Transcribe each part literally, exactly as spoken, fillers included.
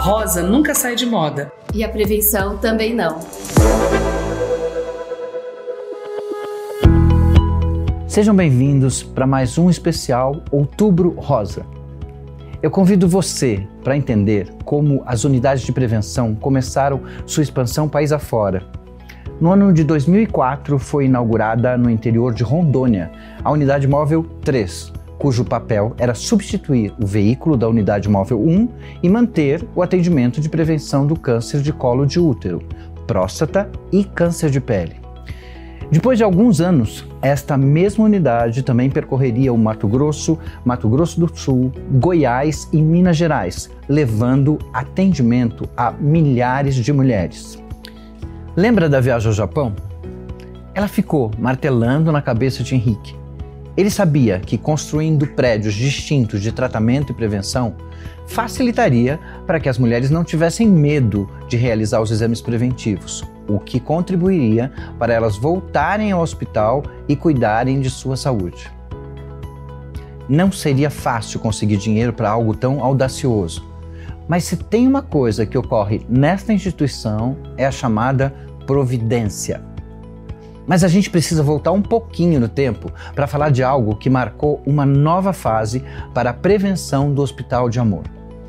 rosa nunca sai de moda. E a prevenção também não. Sejam bem-vindos para mais um especial Outubro Rosa. Eu convido você para entender como as unidades de prevenção começaram sua expansão país afora. No ano de dois mil e quatro foi inaugurada no interior de Rondônia a Unidade Móvel três, cujo papel era substituir o veículo da Unidade Móvel um e manter o atendimento de prevenção do câncer de colo de útero, próstata e câncer de pele. Depois de alguns anos, esta mesma unidade também percorreria o Mato Grosso, Mato Grosso do Sul, Goiás e Minas Gerais, levando atendimento a milhares de mulheres. Lembra da viagem ao Japão? Ela ficou martelando na cabeça de Henrique. Ele sabia que construindo prédios distintos de tratamento e prevenção facilitaria para que as mulheres não tivessem medo de realizar os exames preventivos, o que contribuiria para elas voltarem ao hospital e cuidarem de sua saúde. Não seria fácil conseguir dinheiro para algo tão audacioso. Mas se tem uma coisa que ocorre nesta instituição, é a chamada providência. Mas a gente precisa voltar um pouquinho no tempo para falar de algo que marcou uma nova fase para a prevenção do Hospital de Amor.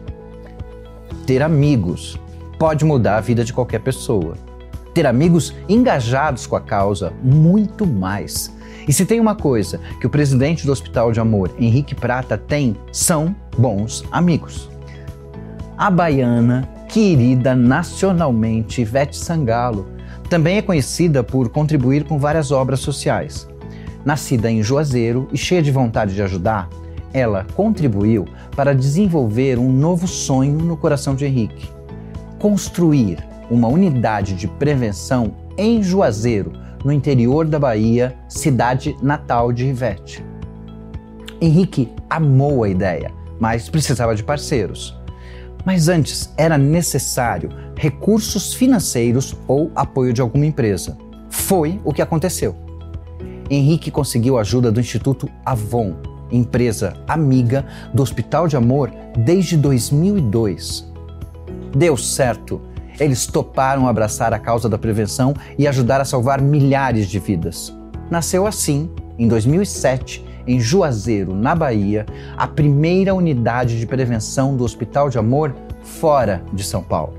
Ter amigos pode mudar a vida de qualquer pessoa. Ter amigos engajados com a causa, muito mais. E se tem uma coisa que o presidente do Hospital de Amor, Henrique Prata, tem, são bons amigos. A baiana, querida nacionalmente, Ivete Sangalo, também é conhecida por contribuir com várias obras sociais. Nascida em Juazeiro e cheia de vontade de ajudar, ela contribuiu para desenvolver um novo sonho no coração de Henrique: construir uma unidade de prevenção em Juazeiro, no interior da Bahia, cidade natal de Ivete. Henrique amou a ideia, mas precisava de parceiros. Mas antes era necessário recursos financeiros ou apoio de alguma empresa. Foi o que aconteceu. Henrique conseguiu a ajuda do Instituto Avon, empresa amiga do Hospital de Amor desde dois mil e dois. Deu certo. Eles toparam abraçar a causa da prevenção e ajudar a salvar milhares de vidas. Nasceu assim, em dois mil e sete, em Juazeiro, na Bahia, a primeira unidade de prevenção do Hospital de Amor fora de São Paulo.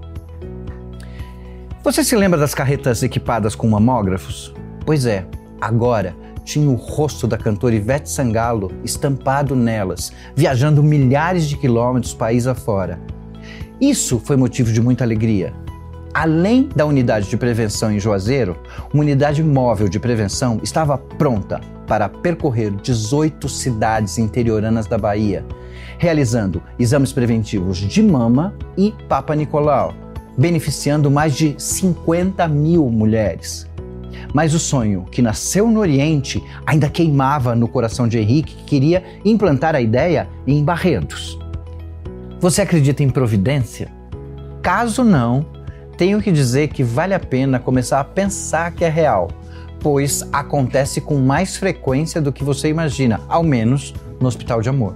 Você se lembra das carretas equipadas com mamógrafos? Pois é, agora tinha o rosto da cantora Ivete Sangalo estampado nelas, viajando milhares de quilômetros país afora. Isso foi motivo de muita alegria. Além da unidade de prevenção em Juazeiro, uma unidade móvel de prevenção estava pronta para percorrer dezoito cidades interioranas da Bahia, realizando exames preventivos de mama e Papa Nicolau, beneficiando mais de cinquenta mil mulheres. Mas o sonho que nasceu no Oriente ainda queimava no coração de Henrique, que queria implantar a ideia em Barretos. Você acredita em providência? Caso não, tenho que dizer que vale a pena começar a pensar que é real, pois acontece com mais frequência do que você imagina, ao menos no Hospital de Amor.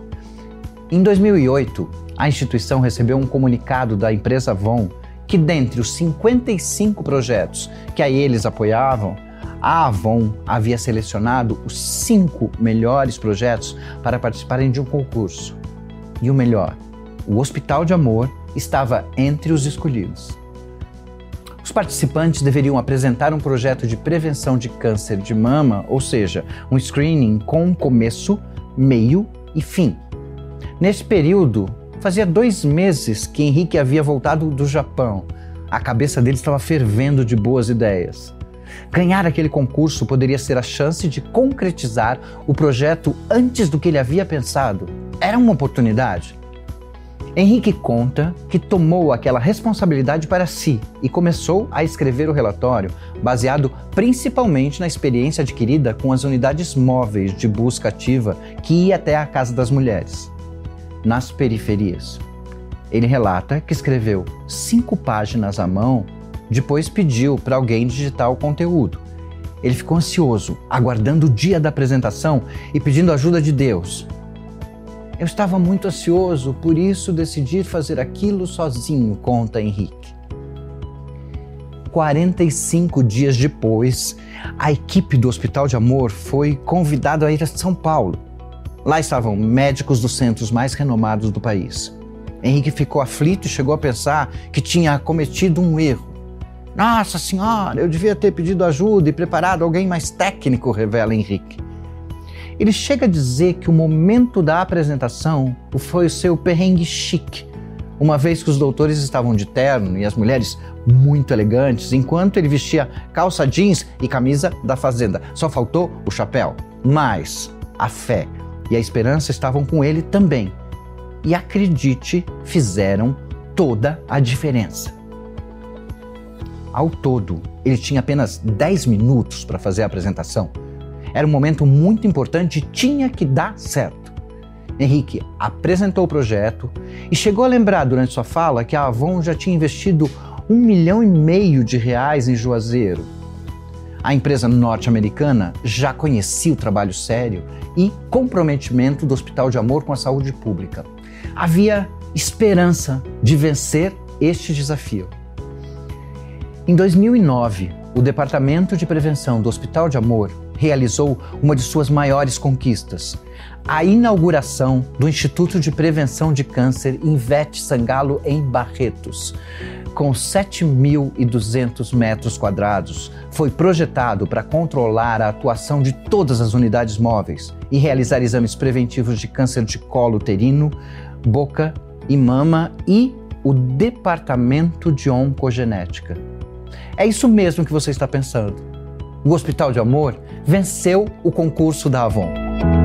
Em dois mil e oito, a instituição recebeu um comunicado da empresa Avon que, dentre os cinquenta e cinco projetos que a eles apoiavam, a Avon havia selecionado os cinco melhores projetos para participarem de um concurso. E o melhor, o Hospital de Amor estava entre os escolhidos. Os participantes deveriam apresentar um projeto de prevenção de câncer de mama, ou seja, um screening com começo, meio e fim. Nesse período, fazia dois meses que Henrique havia voltado do Japão. A cabeça dele estava fervendo de boas ideias. Ganhar aquele concurso poderia ser a chance de concretizar o projeto antes do que ele havia pensado. Era uma oportunidade. Henrique conta que tomou aquela responsabilidade para si e começou a escrever o relatório, baseado principalmente na experiência adquirida com as unidades móveis de busca ativa que ia até a Casa das Mulheres, nas periferias. Ele relata que escreveu cinco páginas à mão, depois pediu para alguém digitar o conteúdo. Ele ficou ansioso, aguardando o dia da apresentação e pedindo a ajuda de Deus. Eu estava muito ansioso, por isso decidi fazer aquilo sozinho, conta Henrique. quarenta e cinco dias depois, a equipe do Hospital de Amor foi convidada a ir a São Paulo. Lá estavam médicos dos centros mais renomados do país. Henrique ficou aflito e chegou a pensar que tinha cometido um erro. Nossa Senhora, eu devia ter pedido ajuda e preparado alguém mais técnico, revela Henrique. Ele chega a dizer que o momento da apresentação foi o seu perrengue chique, uma vez que os doutores estavam de terno e as mulheres muito elegantes, enquanto ele vestia calça jeans e camisa da fazenda. Só faltou o chapéu. Mas a fé e a esperança estavam com ele também. E acredite, fizeram toda a diferença. Ao todo, ele tinha apenas dez minutos para fazer a apresentação. Era um momento muito importante e tinha que dar certo. Henrique apresentou o projeto e chegou a lembrar durante sua fala que a Avon já tinha investido um milhão e meio de reais em Juazeiro. A empresa norte-americana já conhecia o trabalho sério e comprometimento do Hospital de Amor com a saúde pública. Havia esperança de vencer este desafio. Em dois mil e nove, o Departamento de Prevenção do Hospital de Amor realizou uma de suas maiores conquistas, a inauguração do Instituto de Prevenção de Câncer Ivete Sangalo em Barretos. Com sete mil e duzentos metros quadrados, foi projetado para controlar a atuação de todas as unidades móveis e realizar exames preventivos de câncer de colo uterino, boca e mama e o Departamento de Oncogenética. É isso mesmo que você está pensando. O Hospital de Amor venceu o concurso da Avon.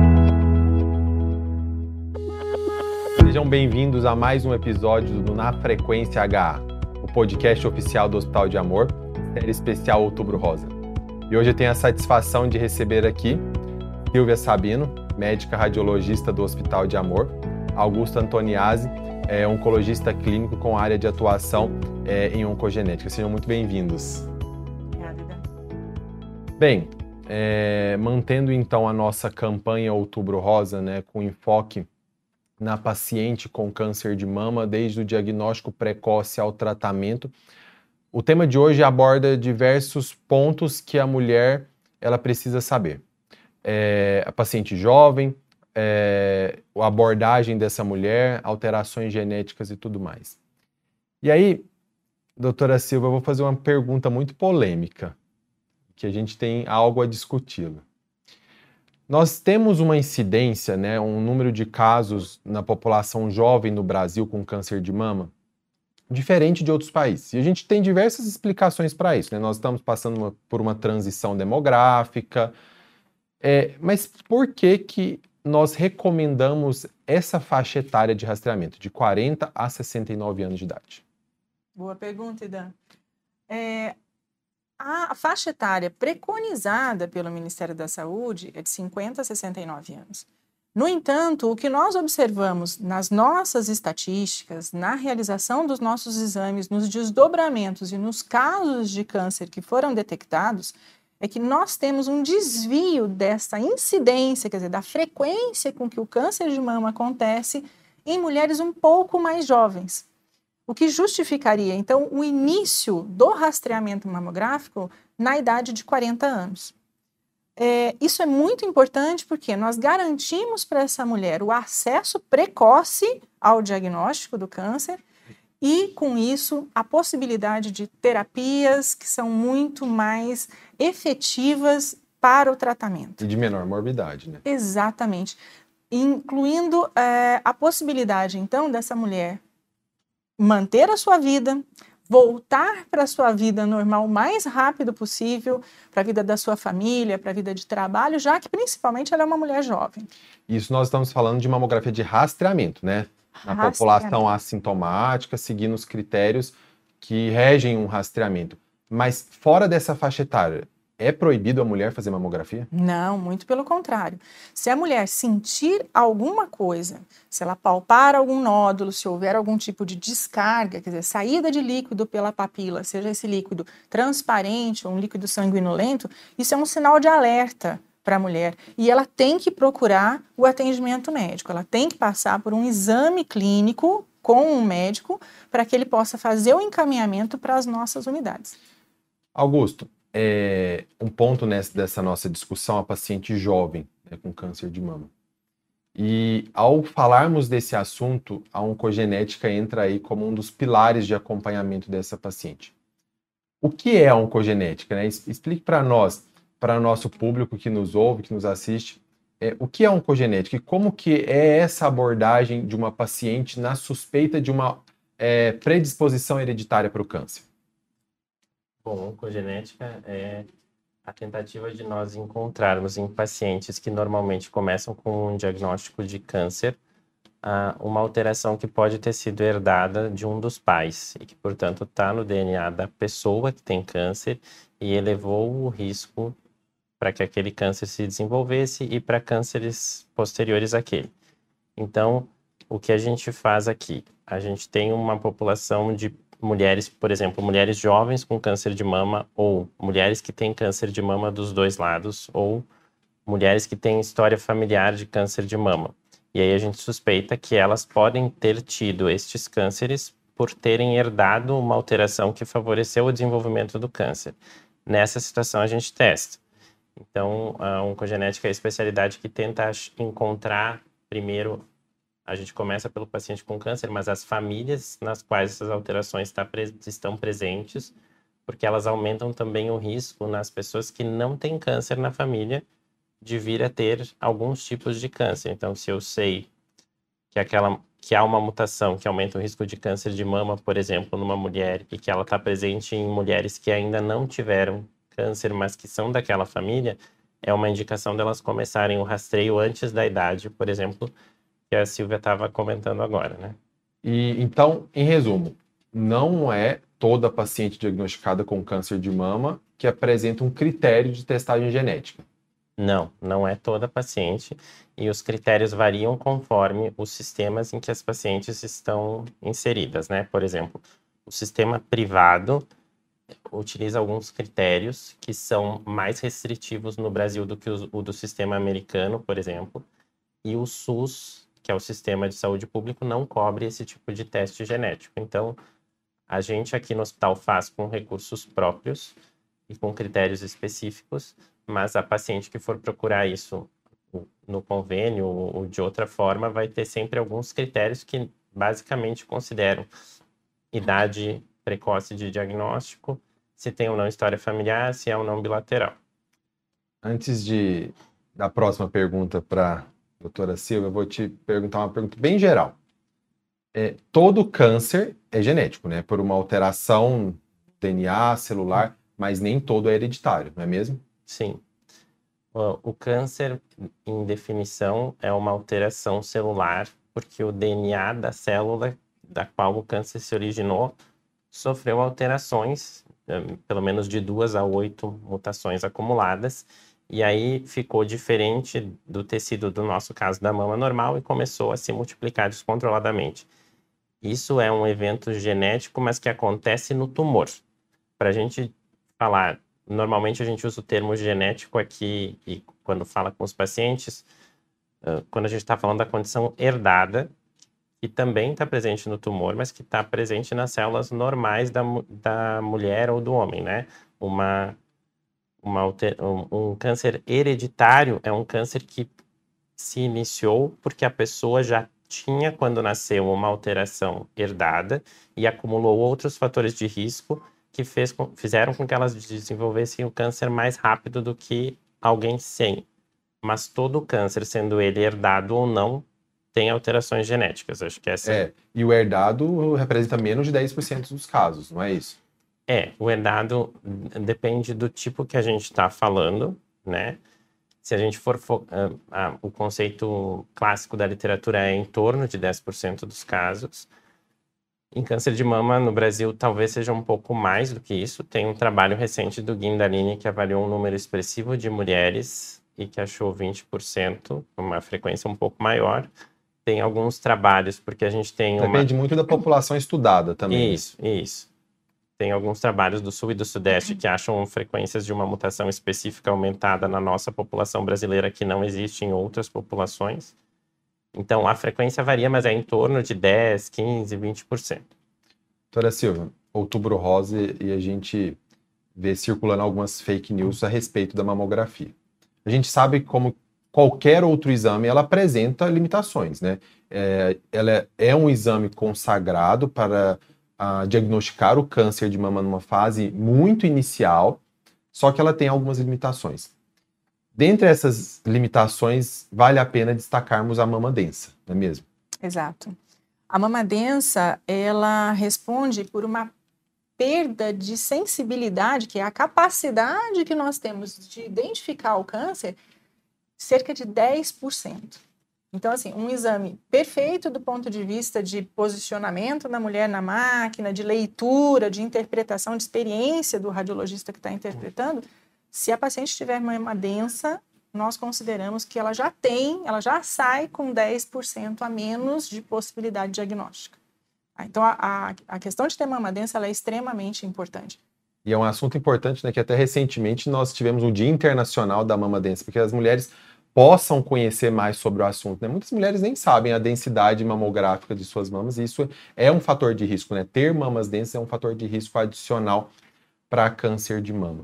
Sejam bem-vindos a mais um episódio do Na Frequência H A, o podcast oficial do Hospital de Amor, série especial Outubro Rosa. E hoje eu tenho a satisfação de receber aqui Silvia Sabino, médica radiologista do Hospital de Amor, Augusto Antoniazzi, é, oncologista clínico com área de atuação é, em oncogenética. Sejam muito bem-vindos. Obrigada. Bem, é, mantendo então a nossa campanha Outubro Rosa, né, com enfoque na paciente com câncer de mama, desde o diagnóstico precoce ao tratamento, o tema de hoje aborda diversos pontos que a mulher ela precisa saber. É, a paciente jovem, é, a abordagem dessa mulher, alterações genéticas e tudo mais. E aí, doutora Silva, eu vou fazer uma pergunta muito polêmica, que a gente tem algo a discuti-la. Nós temos uma incidência, né, um número de casos na população jovem no Brasil com câncer de mama diferente de outros países. E a gente tem diversas explicações para isso, né? Nós estamos passando uma, por uma transição demográfica, é, mas por que que nós recomendamos essa faixa etária de rastreamento, de quarenta a sessenta e nove anos de idade? Boa pergunta, Idan. É, a faixa etária preconizada pelo Ministério da Saúde é de cinquenta a sessenta e nove anos. No entanto, o que nós observamos nas nossas estatísticas, na realização dos nossos exames, nos desdobramentos e nos casos de câncer que foram detectados, é que nós temos um desvio dessa incidência, quer dizer, da frequência com que o câncer de mama acontece em mulheres um pouco mais jovens. O que justificaria, então, o início do rastreamento mamográfico na idade de quarenta anos. É, isso é muito importante porque nós garantimos para essa mulher o acesso precoce ao diagnóstico do câncer e, com isso, a possibilidade de terapias que são muito mais efetivas para o tratamento. E de menor morbidade, né? Exatamente. Incluindo é, a possibilidade, então, dessa mulher manter a sua vida, voltar para a sua vida normal o mais rápido possível, para a vida da sua família, para a vida de trabalho, já que principalmente ela é uma mulher jovem. Isso nós estamos falando de mamografia de rastreamento, né? Na população assintomática, seguindo os critérios que regem um rastreamento. Mas fora dessa faixa etária, é proibido a mulher fazer mamografia? Não, muito pelo contrário. Se a mulher sentir alguma coisa, se ela palpar algum nódulo, se houver algum tipo de descarga, quer dizer, saída de líquido pela papila, seja esse líquido transparente ou um líquido sanguinolento, isso é um sinal de alerta para a mulher. E ela tem que procurar o atendimento médico, ela tem que passar por um exame clínico com um médico para que ele possa fazer o encaminhamento para as nossas unidades. Augusto, é, um ponto nessa, dessa nossa discussão, a paciente jovem, né, com câncer de mama. E ao falarmos desse assunto, a oncogenética entra aí como um dos pilares de acompanhamento dessa paciente. O que é a oncogenética, né? Explique para nós, para nosso público que nos ouve, que nos assiste, é, o que é a oncogenética e como que é essa abordagem de uma paciente na suspeita de uma é, predisposição hereditária para o câncer? Bom, oncogenética é a tentativa de nós encontrarmos em pacientes que normalmente começam com um diagnóstico de câncer, uma alteração que pode ter sido herdada de um dos pais e que, portanto, está no D N A da pessoa que tem câncer e elevou o risco para que aquele câncer se desenvolvesse e para cânceres posteriores àquele. Então, o que a gente faz aqui? A gente tem uma população de mulheres, por exemplo, mulheres jovens com câncer de mama ou mulheres que têm câncer de mama dos dois lados ou mulheres que têm história familiar de câncer de mama. E aí a gente suspeita que elas podem ter tido estes cânceres por terem herdado uma alteração que favoreceu o desenvolvimento do câncer. Nessa situação a gente testa. Então, a oncogenética é a especialidade que tenta encontrar, primeiro, a gente começa pelo paciente com câncer, mas as famílias nas quais essas alterações tá, estão presentes, porque elas aumentam também o risco nas pessoas que não têm câncer na família de vir a ter alguns tipos de câncer. Então, se eu sei que, aquela, que há uma mutação que aumenta o risco de câncer de mama, por exemplo, numa mulher, e que ela está presente em mulheres que ainda não tiveram câncer, mas que são daquela família, é uma indicação delas começarem o rastreio antes da idade, por exemplo, que a Silvia estava comentando agora, né? E, então, em resumo, não é toda paciente diagnosticada com câncer de mama que apresenta um critério de testagem genética. Não, não é toda paciente, e os critérios variam conforme os sistemas em que as pacientes estão inseridas, né? Por exemplo, o sistema privado utiliza alguns critérios que são mais restritivos no Brasil do que o do sistema americano, por exemplo, e o SUS, que é o sistema de saúde público, não cobre esse tipo de teste genético. Então, a gente aqui no hospital faz com recursos próprios e com critérios específicos, mas a paciente que for procurar isso no convênio ou de outra forma vai ter sempre alguns critérios que basicamente consideram idade precoce de diagnóstico, se tem ou não história familiar, se é ou não bilateral. Antes de da próxima pergunta para a doutora Silvia, eu vou te perguntar uma pergunta bem geral. É, todo câncer é genético, né? Por uma alteração D N A, celular, mas nem todo é hereditário, não é mesmo? Sim. O câncer, em definição, é uma alteração celular, porque o D N A da célula da qual o câncer se originou sofreu alterações, pelo menos de duas a oito mutações acumuladas, e aí ficou diferente do tecido do nosso caso da mama normal e começou a se multiplicar descontroladamente. Isso é um evento genético, mas que acontece no tumor. Para a gente falar, normalmente a gente usa o termo genético aqui, e quando fala com os pacientes, quando a gente está falando da condição herdada, que também está presente no tumor, mas que está presente nas células normais da, da mulher ou do homem, né? Uma, uma alter, um, um câncer hereditário é um câncer que se iniciou porque a pessoa já tinha, quando nasceu, uma alteração herdada e acumulou outros fatores de risco que fez, fizeram com que elas desenvolvessem o câncer mais rápido do que alguém sem. Mas todo câncer, sendo ele herdado ou não, tem alterações genéticas, acho que essa... É, e o herdado representa menos de dez por cento dos casos, não é isso? É, o herdado depende do tipo que a gente está falando, né? Se a gente for... Fo... Ah, o conceito clássico da literatura é em torno de dez por cento dos casos. Em câncer de mama, no Brasil, talvez seja um pouco mais do que isso. Tem um trabalho recente do Guindalini que avaliou um número expressivo de mulheres e que achou vinte por cento, uma frequência um pouco maior. Tem alguns trabalhos, porque a gente tem uma... Depende muito da população estudada também. Isso, isso. Tem alguns trabalhos do Sul e do Sudeste que acham frequências de uma mutação específica aumentada na nossa população brasileira que não existe em outras populações. Então, a frequência varia, mas é em torno de dez, quinze, vinte por cento. Doutora Silva, Outubro Rosa e a gente vê circulando algumas fake news a respeito da mamografia. A gente sabe que, como qualquer outro exame, ela apresenta limitações, né? É, ela é um exame consagrado para a diagnosticar o câncer de mama numa fase muito inicial, só que ela tem algumas limitações. Dentre essas limitações, vale a pena destacarmos a mama densa, não é mesmo? Exato. A mama densa, ela responde por uma perda de sensibilidade, que é a capacidade que nós temos de identificar o câncer, cerca de dez por cento. Então, assim, um exame perfeito do ponto de vista de posicionamento da mulher na máquina, de leitura, de interpretação, de experiência do radiologista que está interpretando, se a paciente tiver mama densa, nós consideramos que ela já tem, ela já sai com dez por cento a menos de possibilidade diagnóstica. Então, a, a, a questão de ter mama densa ela é extremamente importante. E é um assunto importante, né, que até recentemente nós tivemos um Dia Internacional da Mama Densa, porque as mulheres possam conhecer mais sobre o assunto, né? Muitas mulheres nem sabem a densidade mamográfica de suas mamas, e isso é um fator de risco, né? Ter mamas densas é um fator de risco adicional para câncer de mama.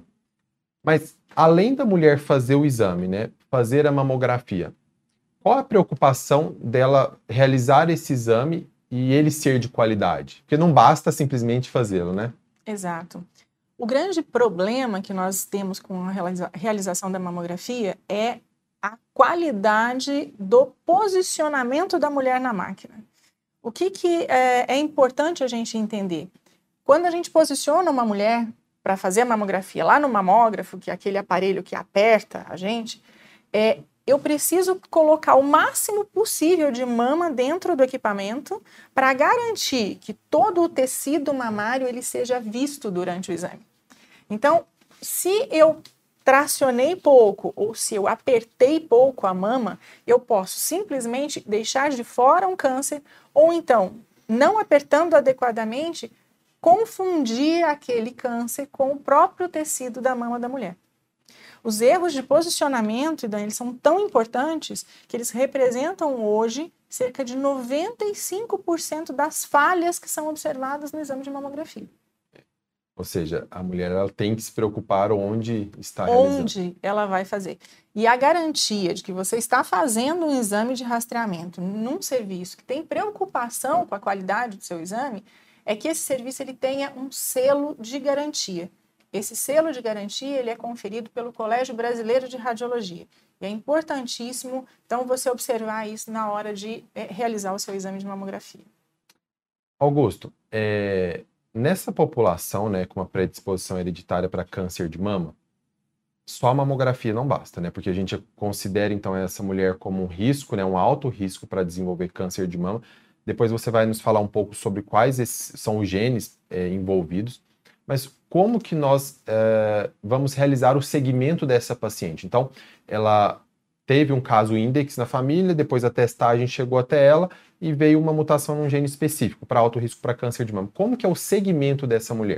Mas, além da mulher fazer o exame, né, fazer a mamografia, qual a preocupação dela realizar esse exame e ele ser de qualidade? Porque não basta simplesmente fazê-lo, né? Exato. O grande problema que nós temos com a realiza- realização da mamografia é a qualidade do posicionamento da mulher na máquina. O que, que é, é importante a gente entender? Quando a gente posiciona uma mulher para fazer a mamografia lá no mamógrafo, que é aquele aparelho que aperta a gente, é, eu preciso colocar o máximo possível de mama dentro do equipamento para garantir que todo o tecido mamário ele seja visto durante o exame. Então, se eu tracionei pouco ou se eu apertei pouco a mama, eu posso simplesmente deixar de fora um câncer ou então, não apertando adequadamente, confundir aquele câncer com o próprio tecido da mama da mulher. Os erros de posicionamento, eles são tão importantes que eles representam hoje cerca de noventa e cinco por cento das falhas que são observadas no exame de mamografia. Ou seja, a mulher ela tem que se preocupar onde está realizando. Onde ela vai fazer. E a garantia de que você está fazendo um exame de rastreamento num serviço que tem preocupação com a qualidade do seu exame é que esse serviço ele tenha um selo de garantia. Esse selo de garantia ele é conferido pelo Colégio Brasileiro de Radiologia. E é importantíssimo, então, você observar isso na hora de é, realizar o seu exame de mamografia. Augusto, é, nessa população, né, com uma predisposição hereditária para câncer de mama, só a mamografia não basta, né? Porque a gente considera, então, essa mulher como um risco, né, um alto risco para desenvolver câncer de mama. Depois você vai nos falar um pouco sobre quais esses são os genes é, envolvidos. Mas como que nós é, vamos realizar o segmento dessa paciente? Então, ela teve um caso índex na família, depois a testagem chegou até ela e veio uma mutação num gene específico para alto risco para câncer de mama. Como que é o segmento dessa mulher?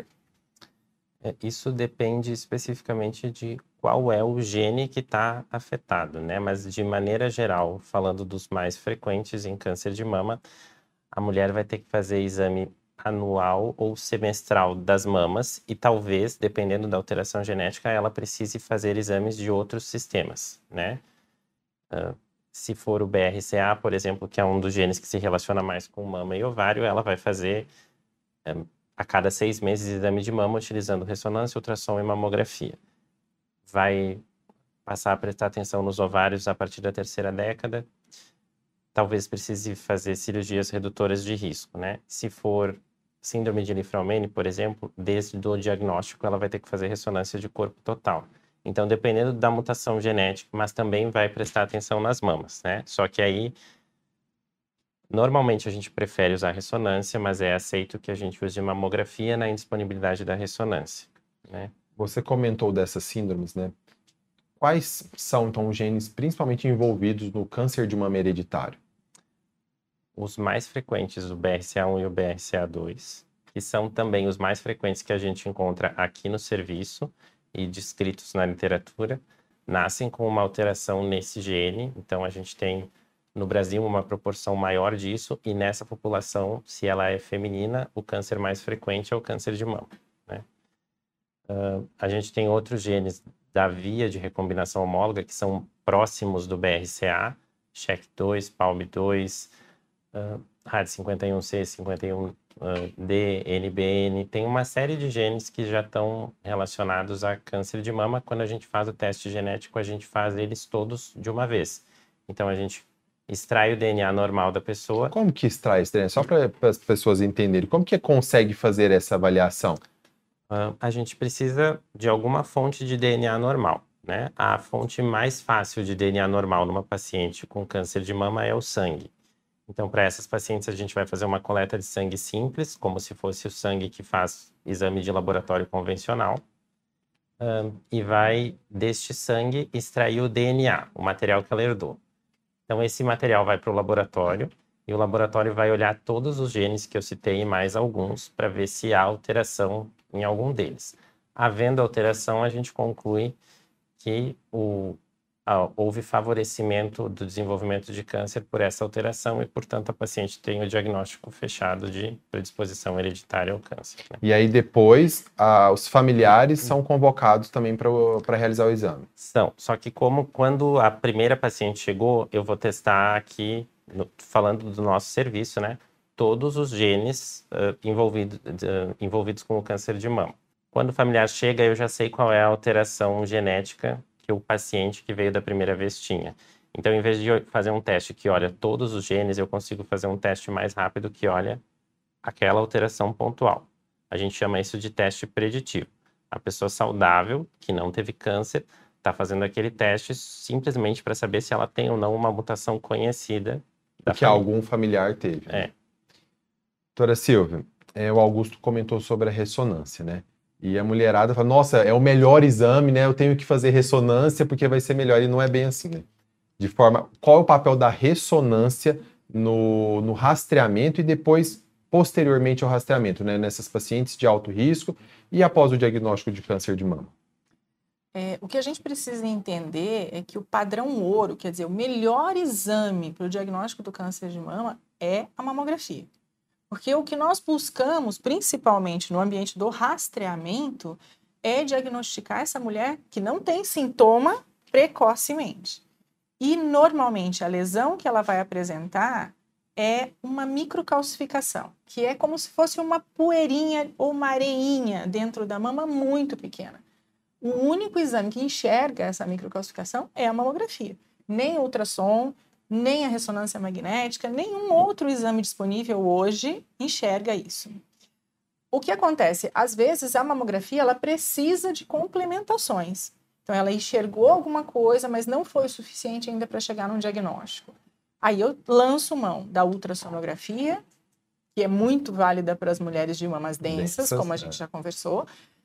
É, isso depende especificamente de qual é o gene que está afetado, né? Mas de maneira geral, falando dos mais frequentes em câncer de mama, a mulher vai ter que fazer exame anual ou semestral das mamas e talvez, dependendo da alteração genética, ela precise fazer exames de outros sistemas, né? Uh, se for o B R C A, por exemplo, que é um dos genes que se relaciona mais com mama e ovário, ela vai fazer um, a cada seis meses exame de mama utilizando ressonância, ultrassom e mamografia. Vai passar a prestar atenção nos ovários a partir da terceira década. Talvez precise fazer cirurgias redutoras de risco, né? Se for síndrome de Li-Fraumeni, por exemplo, desde o diagnóstico ela vai ter que fazer ressonância de corpo total. Então, dependendo da mutação genética, mas também vai prestar atenção nas mamas, né? Só que aí, normalmente a gente prefere usar ressonância, mas é aceito que a gente use mamografia na indisponibilidade da ressonância, né? Você comentou dessas síndromes, né? Quais são, então, os genes principalmente envolvidos no câncer de mama hereditário? Os mais frequentes, o B R C A um e o B R C A dois, que são também os mais frequentes que a gente encontra aqui no serviço e descritos na literatura, nascem com uma alteração nesse gene. Então, a gente tem no Brasil uma proporção maior disso, e nessa população, se ela é feminina, o câncer mais frequente é o câncer de mama, né? Uh, a gente tem outros genes da via de recombinação homóloga que são próximos do B R C A, S H E C dois, P A L B dois, uh, R A D cinquenta e um C, cinquenta e um D, N B N. Tem uma série de genes que já estão relacionados a câncer de mama. Quando a gente faz o teste genético, a gente faz eles todos de uma vez. Então, a gente extrai o D N A normal da pessoa. Como que extrai esse D N A? Só para as pessoas entenderem. Como que consegue fazer essa avaliação? Uh, a gente precisa de alguma fonte de D N A normal, né? A fonte mais fácil de D N A normal numa paciente com câncer de mama é o sangue. Então, para essas pacientes, a gente vai fazer uma coleta de sangue simples, como se fosse o sangue que faz exame de laboratório convencional, um, e vai, deste sangue, extrair o D N A, o material que ela herdou. Então, esse material vai para o laboratório, e o laboratório vai olhar todos os genes que eu citei e mais alguns, para ver se há alteração em algum deles. Havendo alteração, a gente conclui que o Ah, houve favorecimento do desenvolvimento de câncer por essa alteração e, portanto, a paciente tem o diagnóstico fechado de predisposição hereditária ao câncer, né? E aí depois ah, os familiares são convocados também para realizar o exame? São, só que como quando a primeira paciente chegou, eu vou testar aqui, no, falando do nosso serviço, né, todos os genes uh, envolvido, uh, envolvidos com o câncer de mama. Quando o familiar chega, eu já sei qual é a alteração genética que o paciente que veio da primeira vez tinha. Então, em vez de fazer um teste que olha todos os genes, eu consigo fazer um teste mais rápido que olha aquela alteração pontual. A gente chama isso de teste preditivo. A pessoa saudável, que não teve câncer, está fazendo aquele teste simplesmente para saber se ela tem ou não uma mutação conhecida da que família. Algum familiar teve. É. Doutora Silvia, é, o Augusto comentou sobre a ressonância, né? E a mulherada fala, nossa, é o melhor exame, né? Eu tenho que fazer ressonância porque vai ser melhor. E não é bem assim, né? De forma, qual é o papel da ressonância no, no rastreamento e depois, posteriormente ao rastreamento, né? Nessas pacientes de alto risco e após o diagnóstico de câncer de mama? É, o que a gente precisa entender é que o padrão ouro, quer dizer, o melhor exame para o diagnóstico do câncer de mama é a mamografia. Porque o que nós buscamos, principalmente no ambiente do rastreamento, é diagnosticar essa mulher que não tem sintoma precocemente. E, normalmente, a lesão que ela vai apresentar é uma microcalcificação, que é como se fosse uma poeirinha ou uma areinha dentro da mama muito pequena. O único exame que enxerga essa microcalcificação é a mamografia. Nem ultrassom, nem a ressonância magnética, nenhum outro exame disponível hoje enxerga isso. O que acontece? Às vezes, a mamografia ela precisa de complementações. Então, ela enxergou alguma coisa, mas não foi o suficiente ainda para chegar num diagnóstico. Aí eu lanço mão da ultrassonografia, que é muito válida para as mulheres de mamas densas, como a gente já conversou,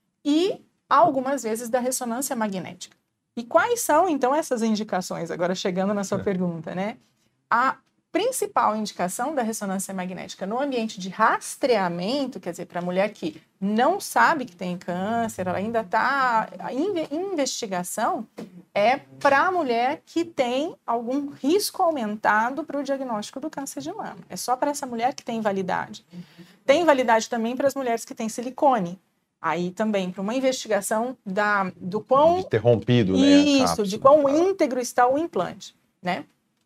e algumas vezes da ressonância magnética. E quais são, então, essas indicações? Agora, chegando na sua é. pergunta, né? A principal indicação da ressonância magnética no ambiente de rastreamento, quer dizer, para a mulher que não sabe que tem câncer, ela ainda está em investigação, é para a mulher que tem algum risco aumentado para o diagnóstico do câncer de mama. É só para essa mulher que tem validade. Tem validade também para as mulheres que têm silicone. Aí também, para uma investigação da, do quão... De ter rompido, né? Isso, de quão íntegro está o implante, né?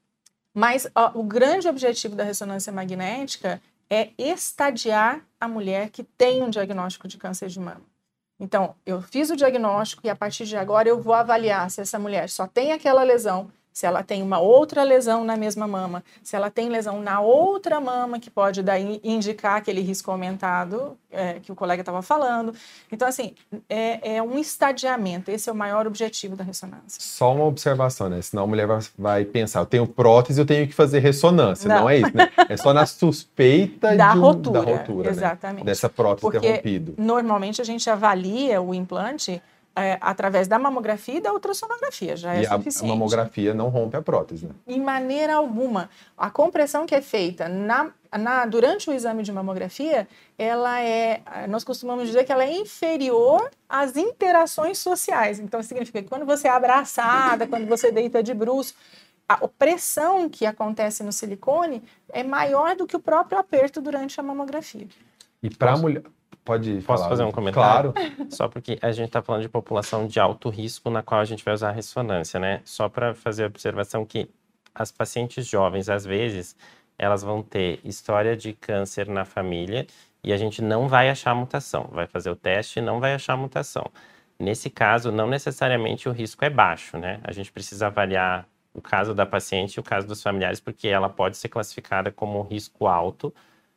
Mas ó, o grande objetivo da ressonância magnética é estadiar a mulher que tem um diagnóstico de câncer de mama. Então, eu fiz o diagnóstico e a partir de agora eu vou avaliar se essa mulher só tem aquela lesão, se ela tem uma outra lesão na mesma mama, se ela tem lesão na outra mama, que pode daí indicar aquele risco aumentado é, que o colega estava falando. Então, assim, é, é um estadiamento. Esse é o maior objetivo da ressonância. Só uma observação, né? Senão a mulher vai, vai pensar, eu tenho prótese, eu tenho que fazer ressonância. Não, Não é isso, né? É só na suspeita da, de um, rotura, da rotura, exatamente. Né? Dessa prótese Porque ter rompido. Normalmente a gente avalia o implante é, através da mamografia e da ultrassonografia, já é e suficiente. A, a mamografia não rompe a prótese, né? Em maneira alguma. A compressão que é feita na, na, durante o exame de mamografia, ela é, nós costumamos dizer que ela é inferior às interações sociais. Então, significa que quando você é abraçada, quando você deita de bruço, a pressão que acontece no silicone é maior do que o próprio aperto durante a mamografia. E para a mulher... Pode Posso falar, fazer um comentário? Claro. Só porque a gente está falando de população de alto risco na qual a gente vai usar a ressonância, né? Só para fazer a observação que as pacientes jovens, às vezes, elas vão ter história de câncer na família e a gente não vai achar mutação. Vai fazer o teste e não vai achar mutação. Nesse caso, não necessariamente o risco é baixo, né? A gente precisa avaliar o caso da paciente e o caso dos familiares, porque ela pode ser classificada como um risco alto,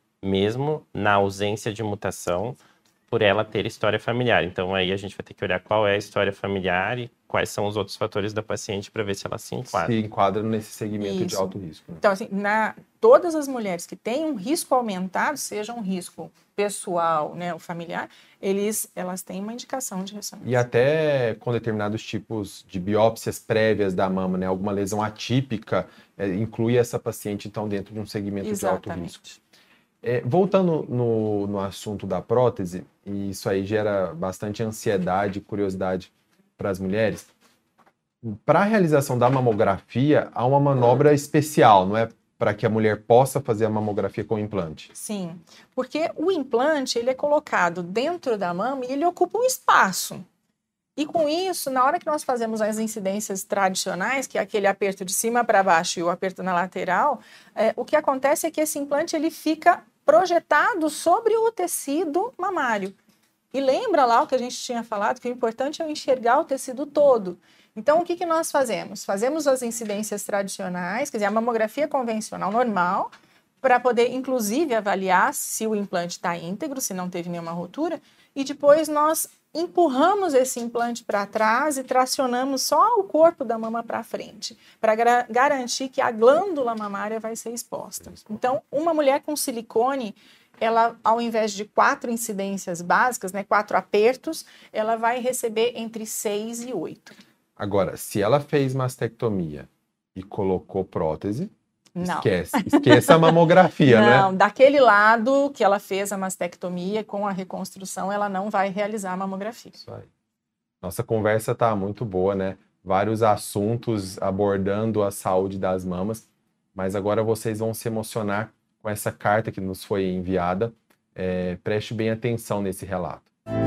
mesmo na ausência de mutação, por ela ter história familiar. Então, aí a gente vai ter que olhar qual é a história familiar e quais são os outros fatores da paciente para ver se ela se enquadra. Se enquadra nesse segmento Isso. de alto risco. Né? Então, assim, na, todas as mulheres que têm um risco aumentado, seja um risco pessoal, né, ou familiar, eles, elas têm uma indicação de ressonância. E até com determinados tipos de biópsias prévias da mama, né, alguma lesão atípica, é, inclui essa paciente, então, dentro de um segmento Exatamente. de alto risco. É, voltando no, no assunto da prótese, e isso aí gera bastante ansiedade e curiosidade para as mulheres, para a realização da mamografia, há uma manobra especial, não é? Para que a mulher possa fazer a mamografia com implante. Sim, porque o implante ele é colocado dentro da mama e ele ocupa um espaço. E com isso, na hora que nós fazemos as incidências tradicionais, que é aquele aperto de cima para baixo e o aperto na lateral, é, o que acontece é que esse implante ele fica projetado sobre o tecido mamário. E lembra lá o que a gente tinha falado, que o importante é enxergar o tecido todo. Então, o que, que nós fazemos? Fazemos as incidências tradicionais, quer dizer, a mamografia convencional normal, para poder, inclusive, avaliar se o implante está íntegro, se não teve nenhuma rotura, e depois nós empurramos esse implante para trás e tracionamos só o corpo da mama para frente, para gra- garantir que a glândula mamária vai ser exposta. Então, uma mulher com silicone, ela, ao invés de quatro incidências básicas, né, quatro apertos, ela vai receber entre seis e oito. Agora, se ela fez mastectomia e colocou prótese, Não. esquece, esqueça a mamografia, né? Não, daquele lado que ela fez a mastectomia, com a reconstrução, ela não vai realizar a mamografia. Isso aí. Nossa conversa tá muito boa, né? Vários assuntos abordando a saúde das mamas, mas agora vocês vão se emocionar com essa carta que nos foi enviada. É, preste bem atenção nesse relato.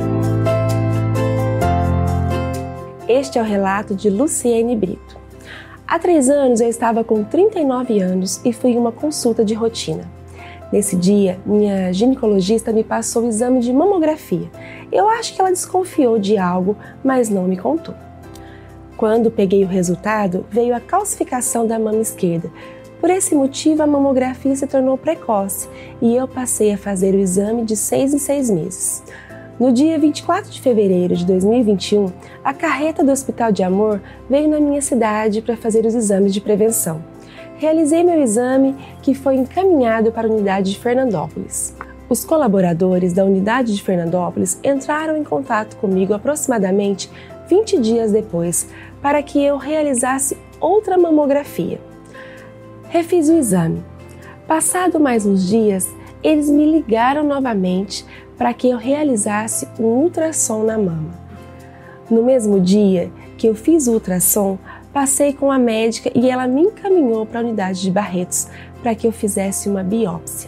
Este é o relato de Luciene Brito. Há três anos eu estava com trinta e nove anos e fui em uma consulta de rotina. Nesse dia, minha ginecologista me passou o exame de mamografia. Eu acho que ela desconfiou de algo, mas não me contou. Quando peguei o resultado, veio a calcificação da mama esquerda. Por esse motivo, a mamografia se tornou precoce e eu passei a fazer o exame de seis em seis meses. No dia vinte e quatro de fevereiro de dois mil e vinte e um, a carreta do Hospital de Amor veio na minha cidade para fazer os exames de prevenção. Realizei meu exame, que foi encaminhado para a unidade de Fernandópolis. Os colaboradores da unidade de Fernandópolis entraram em contato comigo aproximadamente vinte dias depois para que eu realizasse outra mamografia. Refiz o exame. Passado mais uns dias, eles me ligaram novamente para que eu realizasse um ultrassom na mama. No mesmo dia que eu fiz o ultrassom, passei com a médica e ela me encaminhou para a unidade de Barretos para que eu fizesse uma biópsia.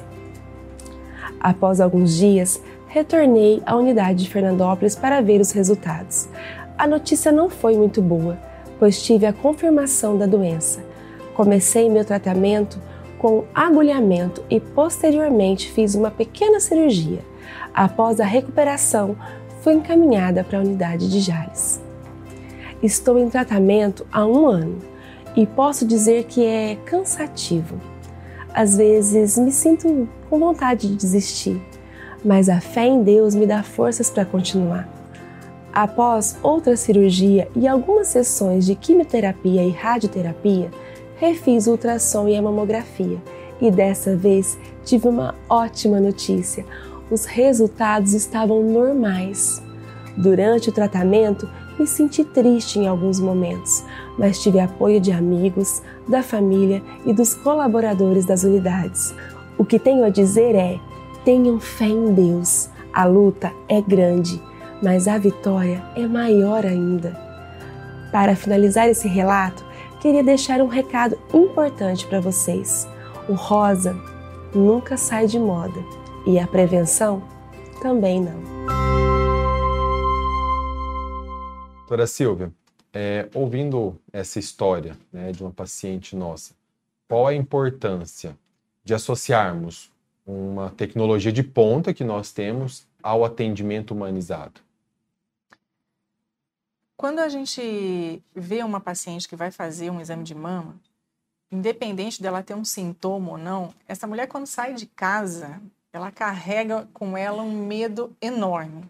Após alguns dias, retornei à unidade de Fernandópolis para ver os resultados. A notícia não foi muito boa, pois tive a confirmação da doença. Comecei meu tratamento com agulhamento e posteriormente fiz uma pequena cirurgia. Após a recuperação, fui encaminhada para a unidade de Jales. Estou em tratamento há um ano e posso dizer que é cansativo. Às vezes me sinto com vontade de desistir, mas a fé em Deus me dá forças para continuar. Após outra cirurgia e algumas sessões de quimioterapia e radioterapia, refiz o ultrassom e a mamografia e dessa vez tive uma ótima notícia. Os resultados estavam normais. Durante o tratamento, Me senti triste em alguns momentos, mas tive apoio de amigos, da família e dos colaboradores das unidades. O que tenho a dizer é: tenham fé em Deus. A luta é grande, mas a vitória é maior ainda. Para finalizar esse relato, queria deixar um recado importante para vocês. O rosa nunca sai de moda e a prevenção também não. Doutora Silvia, é, ouvindo essa história, né, de uma paciente nossa, qual a importância de associarmos uma tecnologia de ponta que nós temos ao atendimento humanizado? Quando a gente vê uma paciente que vai fazer um exame de mama, independente dela ter um sintoma ou não, essa mulher, quando sai de casa, ela carrega com ela um medo enorme.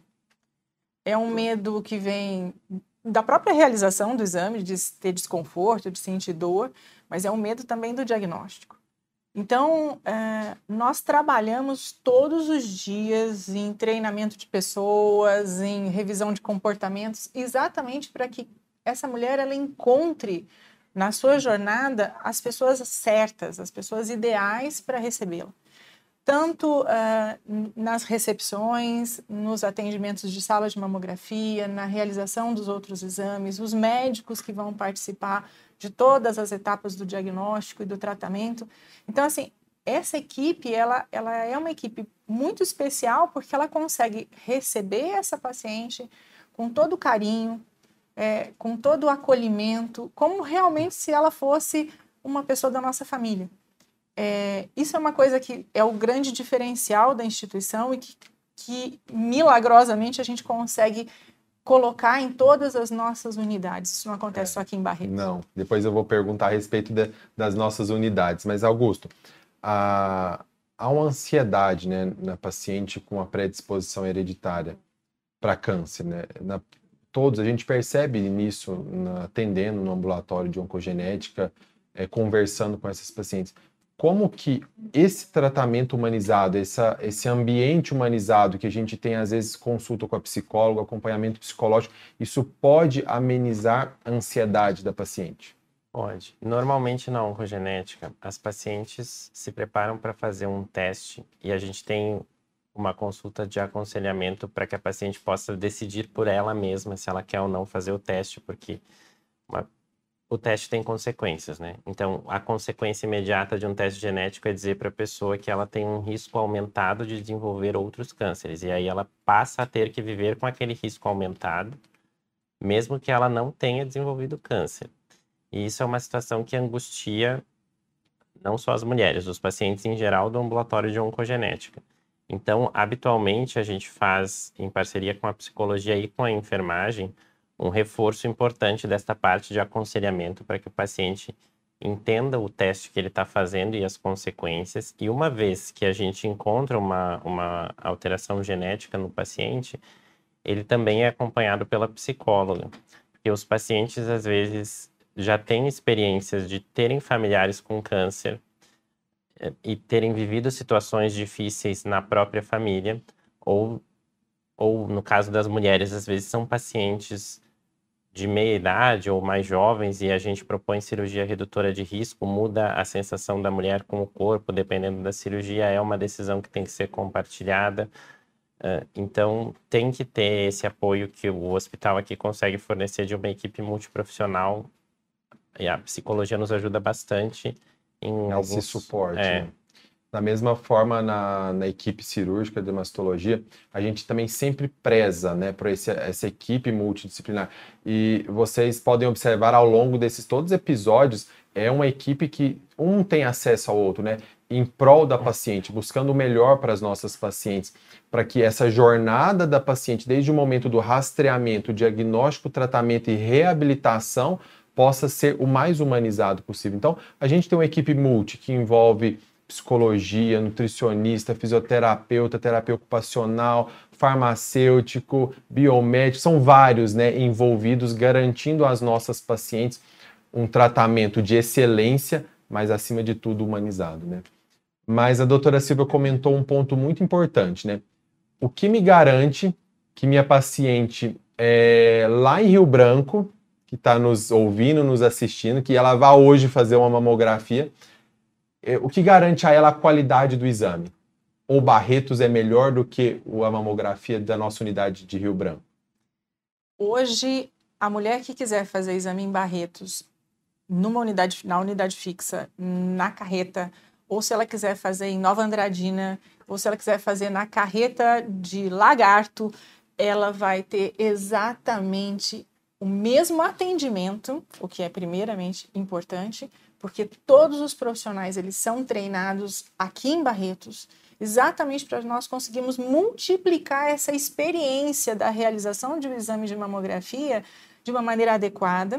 É um medo que vem da própria realização do exame, de ter desconforto, de sentir dor, mas é um medo também do diagnóstico. Então, é, nós trabalhamos todos os dias em treinamento de pessoas, em revisão de comportamentos, exatamente para que essa mulher ela encontre na sua jornada as pessoas certas, as pessoas ideais para recebê-la. Tanto uh, nas recepções, nos atendimentos de sala de mamografia, na realização dos outros exames, os médicos que vão participar de todas as etapas do diagnóstico e do tratamento. Então, assim, essa equipe, ela, ela é uma equipe muito especial porque ela consegue receber essa paciente com todo o carinho, é, com todo o acolhimento, como realmente se ela fosse uma pessoa da nossa família. É, isso é uma coisa que é o grande diferencial da instituição e que, que milagrosamente a gente consegue colocar em todas as nossas unidades. Isso não acontece é, só aqui em Barretos. Não, depois eu vou perguntar a respeito de, das nossas unidades. Mas, Augusto, a, há uma ansiedade, né, na paciente com a predisposição hereditária para câncer, né? Na, todos, a gente percebe nisso na, atendendo no ambulatório de oncogenética, é, conversando com essas pacientes. Como que esse tratamento humanizado, essa, esse ambiente humanizado que a gente tem, às vezes, consulta com a psicóloga, acompanhamento psicológico, isso pode amenizar a ansiedade da paciente? Pode. Normalmente na oncogenética, as pacientes se preparam para fazer um teste e a gente tem uma consulta de aconselhamento para que a paciente possa decidir por ela mesma se ela quer ou não fazer o teste, porque uma o teste tem consequências, né? Então, a consequência imediata de um teste genético é dizer para a pessoa que ela tem um risco aumentado de desenvolver outros cânceres. E aí ela passa a ter que viver com aquele risco aumentado, mesmo que ela não tenha desenvolvido câncer. E isso é uma situação que angustia não só as mulheres, os pacientes em geral do ambulatório de oncogenética. Então, habitualmente, a gente faz, em parceria com a psicologia e com a enfermagem, um reforço importante desta parte de aconselhamento para que o paciente entenda o teste que ele está fazendo e as consequências. E uma vez que a gente encontra uma, uma alteração genética no paciente, ele também é acompanhado pela psicóloga. Porque os pacientes, às vezes, já têm experiências de terem familiares com câncer e terem vivido situações difíceis na própria família, ou, ou no caso das mulheres, às vezes são pacientes de meia idade ou mais jovens e a gente propõe cirurgia redutora de risco, muda a sensação da mulher com o corpo, dependendo da cirurgia, é uma decisão que tem que ser compartilhada. Uh, então, tem que ter esse apoio que o hospital aqui consegue fornecer de uma equipe multiprofissional e a psicologia nos ajuda bastante em esse alguns... suporte, é, né? Da mesma forma, na, na equipe cirúrgica de mastologia, a gente também sempre preza, né, por esse, essa equipe multidisciplinar. E vocês podem observar ao longo desses todos os episódios, é uma equipe que um tem acesso ao outro, né, em prol da paciente, buscando o melhor para as nossas pacientes, para que essa jornada da paciente, desde o momento do rastreamento, diagnóstico, tratamento e reabilitação, possa ser o mais humanizado possível. Então, a gente tem uma equipe multi que envolve psicologia, nutricionista, fisioterapeuta, terapia ocupacional, farmacêutico, biomédico, são vários, né, envolvidos, garantindo às nossas pacientes um tratamento de excelência, mas acima de tudo humanizado, né? Mas a doutora Silvia comentou um ponto muito importante, né? O que me garante que minha paciente é, lá em Rio Branco, que está nos ouvindo, nos assistindo, que ela vai hoje fazer uma mamografia, é, o que garante a ela a qualidade do exame? Ou Barretos é melhor do que a mamografia da nossa unidade de Rio Branco? Hoje, a mulher que quiser fazer exame em Barretos, numa unidade, na unidade fixa, na carreta, ou se ela quiser fazer em Nova Andradina, ou se ela quiser fazer na carreta de Lagarto, ela vai ter exatamente o mesmo atendimento, o que é primeiramente importante, porque todos os profissionais eles são treinados aqui em Barretos, exatamente para nós conseguirmos multiplicar essa experiência da realização de um exame de mamografia de uma maneira adequada.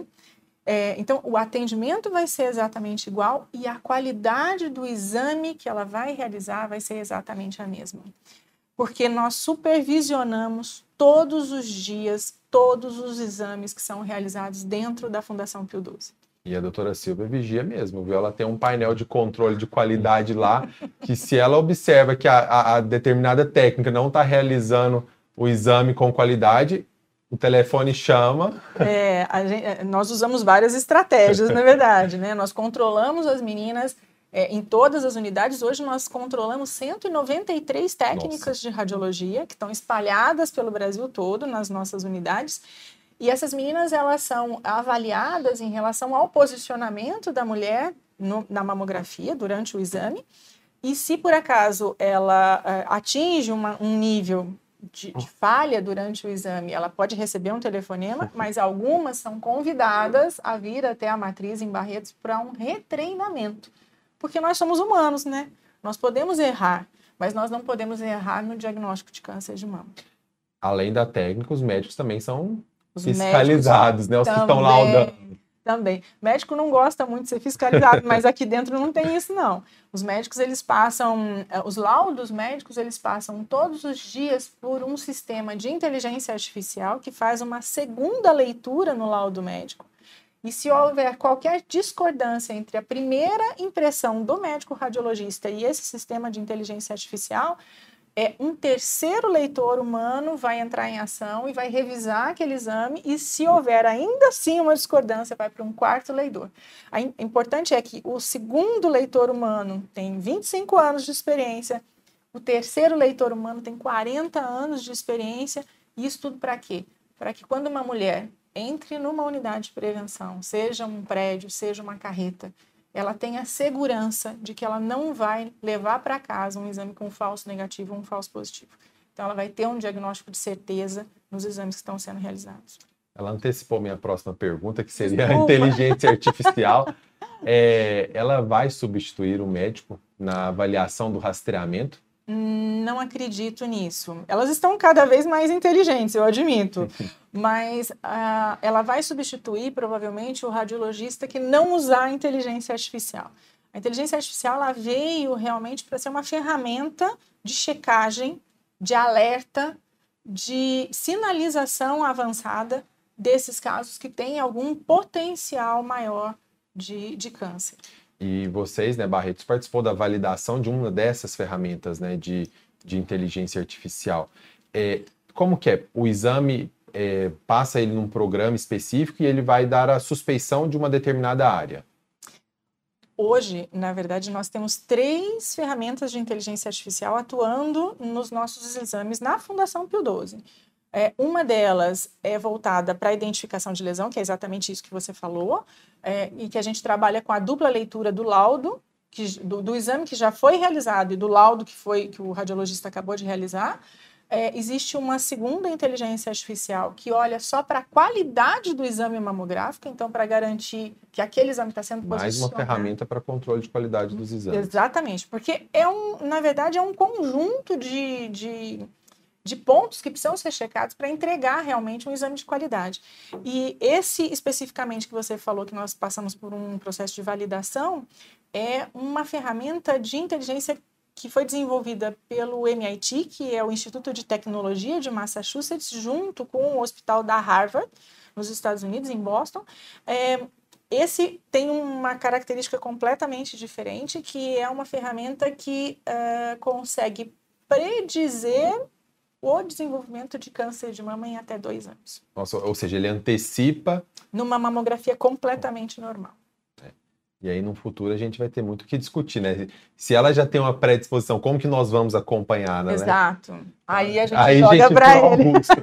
É, então, o atendimento vai ser exatamente igual e a qualidade do exame que ela vai realizar vai ser exatamente a mesma. Porque nós supervisionamos todos os dias, todos os exames que são realizados dentro da Fundação Pio doze. E a doutora Silvia vigia mesmo, viu? Ela tem um painel de controle de qualidade lá, que se ela observa que a, a, a determinada técnica não está realizando o exame com qualidade, o telefone chama. É, a gente, nós usamos várias estratégias, na verdade, né? Nós controlamos as meninas é, em todas as unidades. Hoje nós controlamos cento e noventa e três técnicas Nossa. de radiologia, que estão espalhadas pelo Brasil todo nas nossas unidades. E essas meninas, elas são avaliadas em relação ao posicionamento da mulher no, na mamografia durante o exame. E se, por acaso, ela uh, atinge uma, um nível de, de falha durante o exame, ela pode receber um telefonema, mas algumas são convidadas a vir até a matriz em Barretos para um retreinamento. Porque nós somos humanos, né? Nós podemos errar, mas nós não podemos errar no diagnóstico de câncer de mama. Além da técnica, os médicos também são... Os fiscalizados, né? Os também, que estão laudando. Também. Médico não gosta muito de ser fiscalizado, mas aqui dentro não tem isso, não. Os médicos, eles passam, os laudos médicos, eles passam todos os dias por um sistema de inteligência artificial que faz uma segunda leitura no laudo médico. E se houver qualquer discordância entre a primeira impressão do médico radiologista e esse sistema de inteligência artificial, é um terceiro leitor humano vai entrar em ação e vai revisar aquele exame e se houver ainda assim uma discordância, vai para um quarto leitor. O importante é que o segundo leitor humano tem vinte e cinco anos de experiência, o terceiro leitor humano tem quarenta anos de experiência, e isso tudo para quê? Para que quando uma mulher entre numa unidade de prevenção, seja um prédio, seja uma carreta, ela tem a segurança de que ela não vai levar para casa um exame com falso negativo ou um falso positivo. Então, ela vai ter um diagnóstico de certeza nos exames que estão sendo realizados. Ela antecipou minha próxima pergunta, que seria Desculpa. a inteligência artificial. É, ela vai substituir o médico na avaliação do rastreamento? Não acredito nisso. Elas estão cada vez mais inteligentes, eu admito. Mas uh, ela vai substituir, provavelmente, o radiologista que não usar a inteligência artificial. A inteligência artificial ela veio realmente para ser uma ferramenta de checagem, de alerta, de sinalização avançada desses casos que têm algum potencial maior de, de câncer. E vocês, né, Barretos, participou da validação de uma dessas ferramentas, né, de, de inteligência artificial. É, como que é? O exame é, passa ele num programa específico e ele vai dar a suspeição de uma determinada área? Hoje, na verdade, nós temos três ferramentas de inteligência artificial atuando nos nossos exames na Fundação Pio doze. É, uma delas é voltada para a identificação de lesão, que é exatamente isso que você falou, é, e que a gente trabalha com a dupla leitura do laudo, que, do, do exame que já foi realizado e do laudo que, foi, que o radiologista acabou de realizar. É, existe uma segunda inteligência artificial que olha só para a qualidade do exame mamográfico, então para garantir que aquele exame está sendo posicionado. Mais uma ferramenta para controle de qualidade dos exames. Exatamente, porque é um, na verdade é um conjunto de... de de pontos que precisam ser checados para entregar realmente um exame de qualidade. E esse, especificamente, que você falou, que nós passamos por um processo de validação, é uma ferramenta de inteligência que foi desenvolvida pelo M I T, que é o Instituto de Tecnologia de Massachusetts, junto com o Hospital da Harvard, nos Estados Unidos, em Boston. É, esse tem uma característica completamente diferente, que é uma ferramenta que uh, consegue predizer o desenvolvimento de câncer de mama em até dois anos. Nossa, ou seja, ele antecipa... Numa mamografia completamente normal. É. E aí, no futuro, a gente vai ter muito o que discutir, né? Se ela já tem uma predisposição, como que nós vamos acompanhar, né? Exato. Aí a gente aí, joga para ele. Augusto.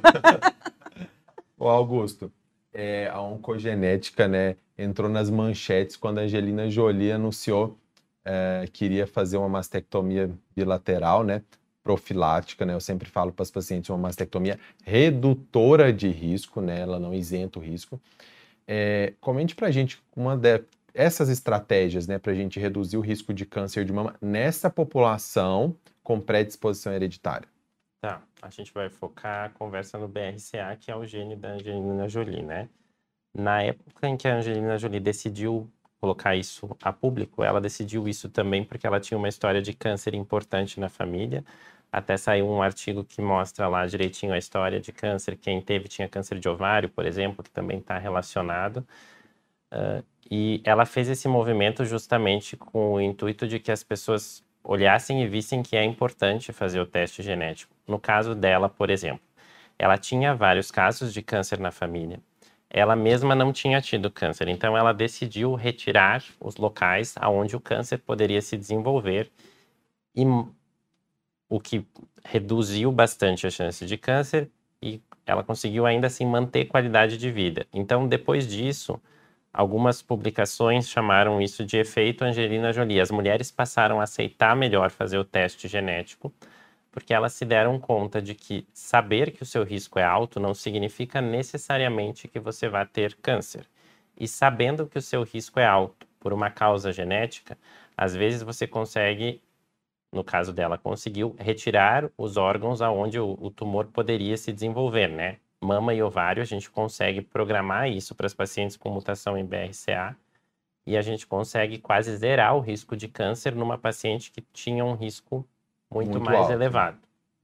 Ô, Augusto, é, a oncogenética, né, entrou nas manchetes quando a Angelina Jolie anunciou é, que iria fazer uma mastectomia bilateral, né? Profilática, né? Eu sempre falo para os pacientes uma mastectomia redutora de risco, né? Ela não isenta o risco. É, comente para a gente uma dessas estratégias, né? Para a gente reduzir o risco de câncer de mama nessa população com predisposição hereditária. Tá, a gente vai focar a conversa no B R C A, que é o gene da Angelina Jolie, né? Na época em que a Angelina Jolie decidiu colocar isso a público, ela decidiu isso também porque ela tinha uma história de câncer importante na família. Até saiu um artigo que mostra lá direitinho a história de câncer. Quem teve tinha câncer de ovário, por exemplo, que também está relacionado. Uh, e ela fez esse movimento justamente com o intuito de que as pessoas olhassem e vissem que é importante fazer o teste genético. No caso dela, por exemplo, ela tinha vários casos de câncer na família. Ela mesma não tinha tido câncer, então ela decidiu retirar os locais onde o câncer poderia se desenvolver, e o que reduziu bastante a chance de câncer, e ela conseguiu ainda assim manter qualidade de vida. Então, depois disso, algumas publicações chamaram isso de efeito Angelina Jolie. As mulheres passaram a aceitar melhor fazer o teste genético, porque elas se deram conta de que saber que o seu risco é alto não significa necessariamente que você vai ter câncer. E sabendo que o seu risco é alto por uma causa genética, às vezes você consegue, no caso dela, conseguiu retirar os órgãos aonde o, o tumor poderia se desenvolver, né? Mama e ovário, a gente consegue programar isso para as pacientes com mutação em B R C A, e a gente consegue quase zerar o risco de câncer numa paciente que tinha um risco muito, muito mais alto, elevado.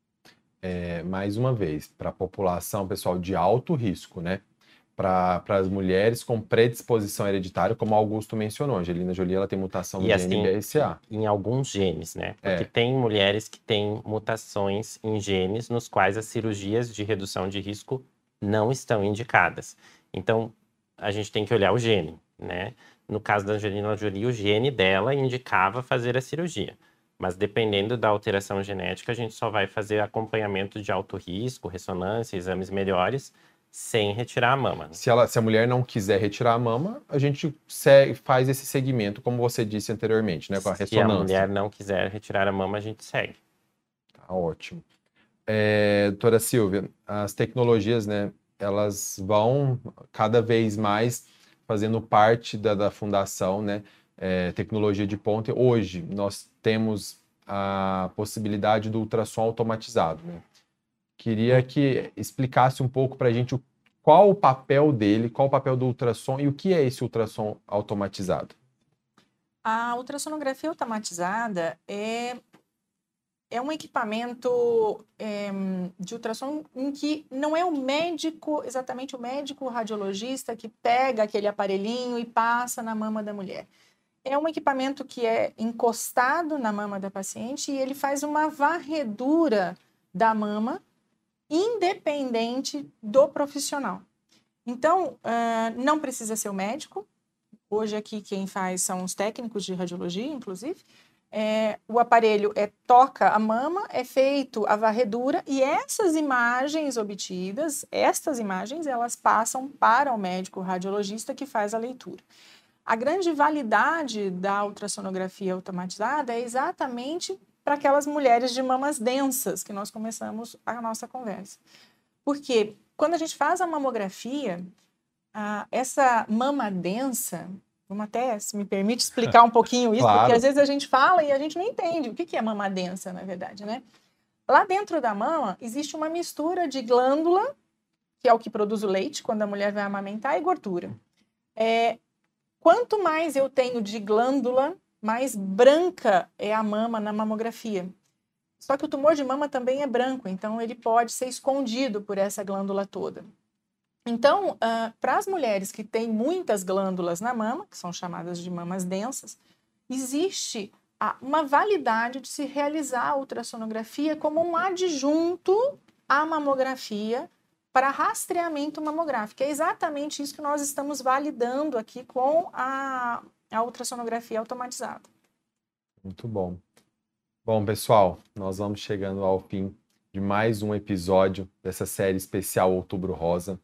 É, mais uma vez, para a população, pessoal, de alto risco, né? Para as mulheres com predisposição hereditária, como o Augusto mencionou, a Angelina Jolie, ela tem mutação no e gene assim, B R C A. Em alguns genes, né? Porque é. tem mulheres que têm mutações em genes nos quais as cirurgias de redução de risco não estão indicadas. Então, a gente tem que olhar o gene, né? No caso da Angelina Jolie, o gene dela indicava fazer a cirurgia. Mas dependendo da alteração genética, a gente só vai fazer acompanhamento de alto risco, ressonância, exames melhores, sem retirar a mama. Né? Se, ela, se a mulher não quiser retirar a mama, a gente segue, faz esse segmento, como você disse anteriormente, né, com a ressonância. Se a mulher não quiser retirar a mama, a gente segue. Tá ótimo. É, doutora Silvia, as tecnologias, né, elas vão cada vez mais fazendo parte da, da fundação, né, é, tecnologia de ponta. Hoje, nós temos a possibilidade do ultrassom automatizado, né? Queria que explicasse um pouco para a gente o, qual o papel dele, qual o papel do ultrassom e o que é esse ultrassom automatizado. A ultrassonografia automatizada é, é um equipamento é, de ultrassom em que não é o médico, exatamente o médico radiologista que pega aquele aparelhinho e passa na mama da mulher. É um equipamento que é encostado na mama da paciente e ele faz uma varredura da mama independente do profissional. Então, uh, não precisa ser o médico. Hoje aqui quem faz são os técnicos de radiologia, inclusive. É, o aparelho é, toca a mama, é feito a varredura e essas imagens obtidas, estas imagens, elas passam para o médico radiologista que faz a leitura. A grande validade da ultrassonografia automatizada é exatamente para aquelas mulheres de mamas densas que nós começamos a nossa conversa. Porque quando a gente faz a mamografia, a, essa mama densa, vamos até, se me permite explicar um pouquinho isso, Claro. Porque às vezes a gente fala e a gente não entende o que é mama densa, na verdade, né? Lá dentro da mama existe uma mistura de glândula, que é o que produz o leite quando a mulher vai amamentar, e gordura. É, quanto mais eu tenho de glândula, mais branca é a mama na mamografia. Só que o tumor de mama também é branco, então ele pode ser escondido por essa glândula toda. Então, uh, para as mulheres que têm muitas glândulas na mama, que são chamadas de mamas densas, existe a, uma validade de se realizar a ultrassonografia como um adjunto a mamografia para rastreamento mamográfico. É exatamente isso que nós estamos validando aqui com a, a ultrassonografia automatizada. Muito bom. Bom, pessoal, nós vamos chegando ao fim de mais um episódio dessa série especial Outubro Rosa,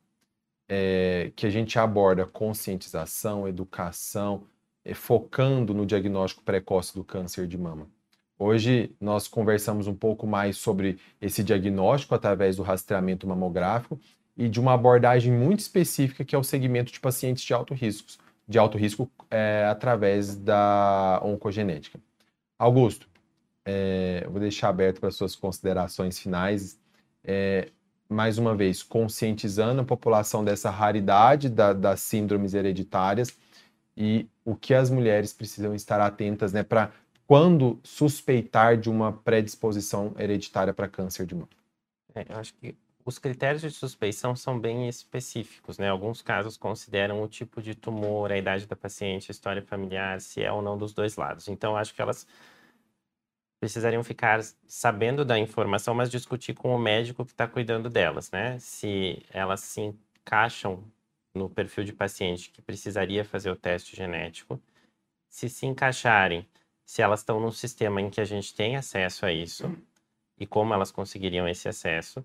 é, que a gente aborda conscientização, educação, é, focando no diagnóstico precoce do câncer de mama. Hoje nós conversamos um pouco mais sobre esse diagnóstico através do rastreamento mamográfico e de uma abordagem muito específica que é o segmento de pacientes de alto risco, de alto risco é, através da oncogenética. Augusto, é, eu vou deixar aberto para suas considerações finais. É, mais uma vez, conscientizando a população dessa raridade da, das síndromes hereditárias e o que as mulheres precisam estar atentas, né, para quando suspeitar de uma predisposição hereditária para câncer de mama? É, eu acho que os critérios de suspeição são bem específicos, né? Alguns casos consideram o tipo de tumor, a idade da paciente, a história familiar, se é ou não dos dois lados. Então, acho que elas precisariam ficar sabendo da informação, mas discutir com o médico que está cuidando delas, né? Se elas se encaixam no perfil de paciente que precisaria fazer o teste genético, se se encaixarem, se elas estão num sistema em que a gente tem acesso a isso e como elas conseguiriam esse acesso,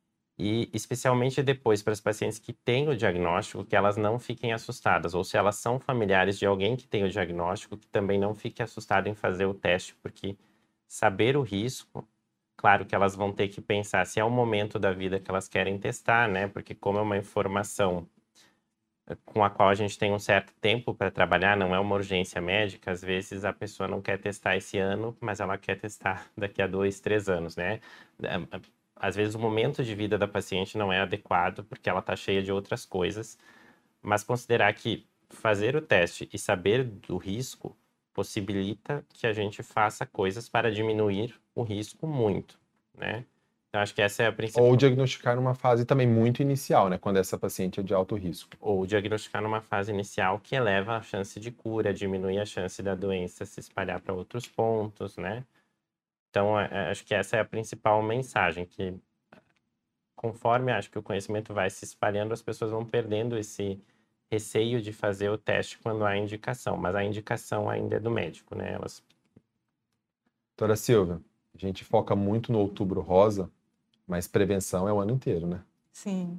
e especialmente depois para as pacientes que têm o diagnóstico, que elas não fiquem assustadas, ou se elas são familiares de alguém que tem o diagnóstico, que também não fique assustado em fazer o teste, porque saber o risco, claro que elas vão ter que pensar se é o momento da vida que elas querem testar, né? Porque como é uma informação com a qual a gente tem um certo tempo para trabalhar, não é uma urgência médica, às vezes a pessoa não quer testar esse ano, mas ela quer testar daqui a dois, três anos, né? Às vezes o momento de vida da paciente não é adequado, porque ela está cheia de outras coisas, mas considerar que fazer o teste e saber do risco possibilita que a gente faça coisas para diminuir o risco muito, né? Então, acho que essa é a principal... Ou diagnosticar numa fase também muito inicial, né? Quando essa paciente é de alto risco. Ou diagnosticar numa fase inicial que eleva a chance de cura, diminui a chance da doença se espalhar para outros pontos, né? Então, acho que essa é a principal mensagem, que conforme acho que o conhecimento vai se espalhando, as pessoas vão perdendo esse receio de fazer o teste quando há indicação. Mas a indicação ainda é do médico, né? Elas... Doutora Silvia, a gente foca muito no Outubro Rosa, mas prevenção é o ano inteiro, né? Sim,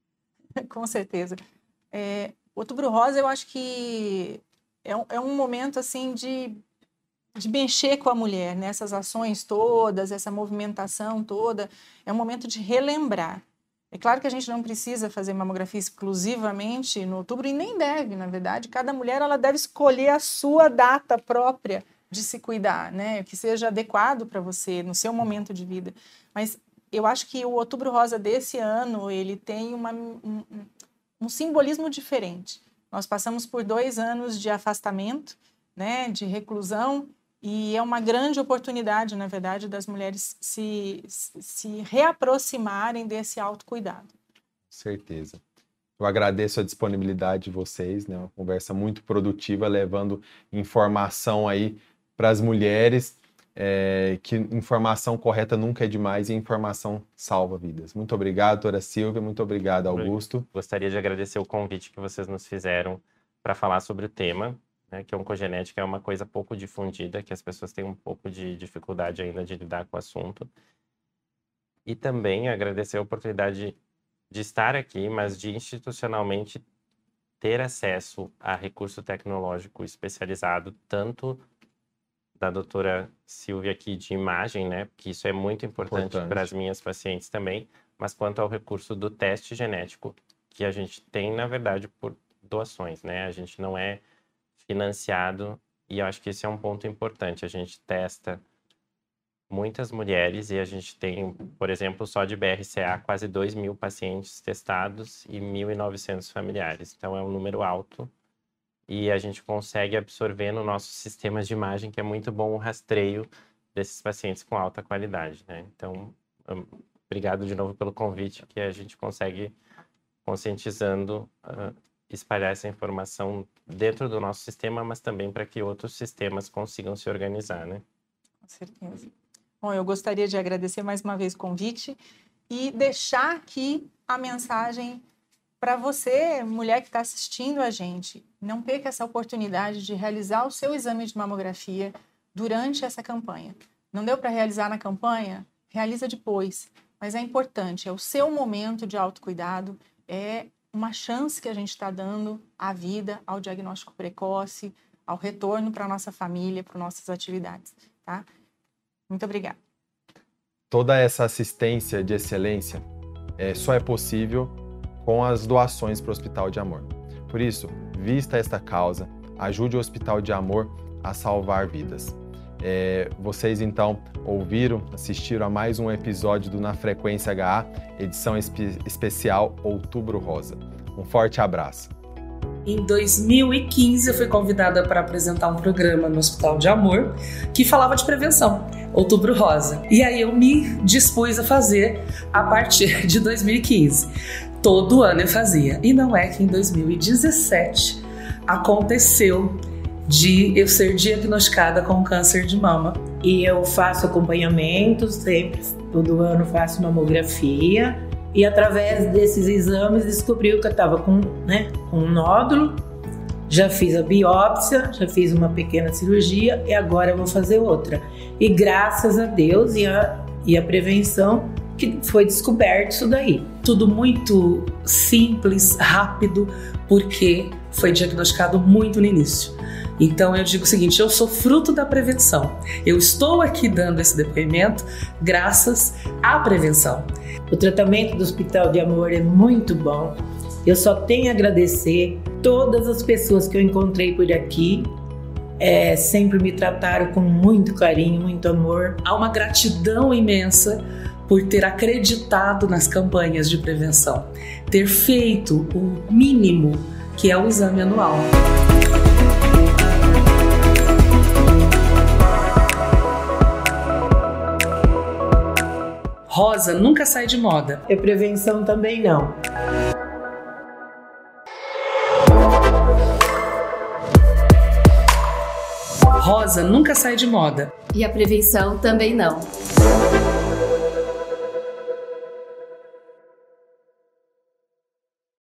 com certeza. É, Outubro Rosa, eu acho que é um, é um momento, assim, de, de mexer com a mulher, né? Essas ações todas, essa movimentação toda, é um momento de relembrar. É claro que a gente não precisa fazer mamografia exclusivamente no outubro, e nem deve, na verdade. Cada mulher, ela deve escolher a sua data própria de se cuidar, né? Que seja adequado para você, no seu momento de vida. Mas eu acho que o Outubro Rosa desse ano, ele tem uma, um, um simbolismo diferente. Nós passamos por dois anos de afastamento, né, de reclusão, e é uma grande oportunidade, na verdade, das mulheres se, se reaproximarem desse autocuidado. Certeza. Eu agradeço a disponibilidade de vocês, né? Uma conversa muito produtiva, levando informação aí para as mulheres. É, que informação correta nunca é demais e informação salva vidas. Muito obrigado, doutora Silvia, muito obrigado, Augusto. Gostaria de agradecer o convite que vocês nos fizeram para falar sobre o tema, né, que a oncogenética é uma coisa pouco difundida, que as pessoas têm um pouco de dificuldade ainda de lidar com o assunto. E também agradecer a oportunidade de estar aqui, mas de institucionalmente ter acesso a recurso tecnológico especializado, tanto da doutora Silvia aqui de imagem, né? Porque isso é muito importante, importante. para as minhas pacientes também, mas quanto ao recurso do teste genético, que a gente tem, na verdade, por doações, né? A gente não é financiado, e eu acho que esse é um ponto importante. A gente testa muitas mulheres e a gente tem, por exemplo, só de B R C A, quase dois mil pacientes testados e mil e novecentos familiares. Então, é um número alto. E a gente consegue absorver no nosso sistema de imagem, que é muito bom o rastreio desses pacientes com alta qualidade, né? Então, obrigado de novo pelo convite, que a gente consegue, conscientizando, uh, espalhar essa informação dentro do nosso sistema, mas também para que outros sistemas consigam se organizar, né? Com certeza. Bom, eu gostaria de agradecer mais uma vez o convite e deixar aqui a mensagem para você, mulher que está assistindo a gente. Não perca essa oportunidade de realizar o seu exame de mamografia durante essa campanha. Não deu para realizar na campanha? Realiza depois. Mas é importante, é o seu momento de autocuidado, é uma chance que a gente está dando à vida, ao diagnóstico precoce, ao retorno para a nossa família, para nossas atividades, tá? Muito obrigada. Toda essa assistência de excelência é, só é possível com as doações para o Hospital de Amor. Por isso, vista esta causa, ajude o Hospital de Amor a salvar vidas. É, vocês então ouviram, assistiram a mais um episódio do Na Frequência H A, edição espe- especial Outubro Rosa. Um forte abraço. Em dois mil e quinze, eu fui convidada para apresentar um programa no Hospital de Amor que falava de prevenção, Outubro Rosa. E aí eu me dispus a fazer a partir de dois mil e quinze. Todo ano eu fazia. E não é que em dois mil e dezessete aconteceu de eu ser diagnosticada com câncer de mama. E eu faço acompanhamento sempre, todo ano faço mamografia. E através desses exames descobriu que eu estava com, né, com um nódulo, já fiz a biópsia, já fiz uma pequena cirurgia e agora eu vou fazer outra. E graças a Deus e a, e a prevenção que foi descoberto isso daí. Tudo muito simples, rápido, porque foi diagnosticado muito no início. Então eu digo o seguinte, eu sou fruto da prevenção. Eu estou aqui dando esse depoimento graças à prevenção. O tratamento do Hospital de Amor é muito bom. Eu só tenho a agradecer todas as pessoas que eu encontrei por aqui. É, sempre me trataram com muito carinho, muito amor. Há uma gratidão imensa por ter acreditado nas campanhas de prevenção, ter feito o mínimo que é o exame anual. Rosa nunca sai de moda. E prevenção também não. Rosa nunca sai de moda. E a prevenção também não.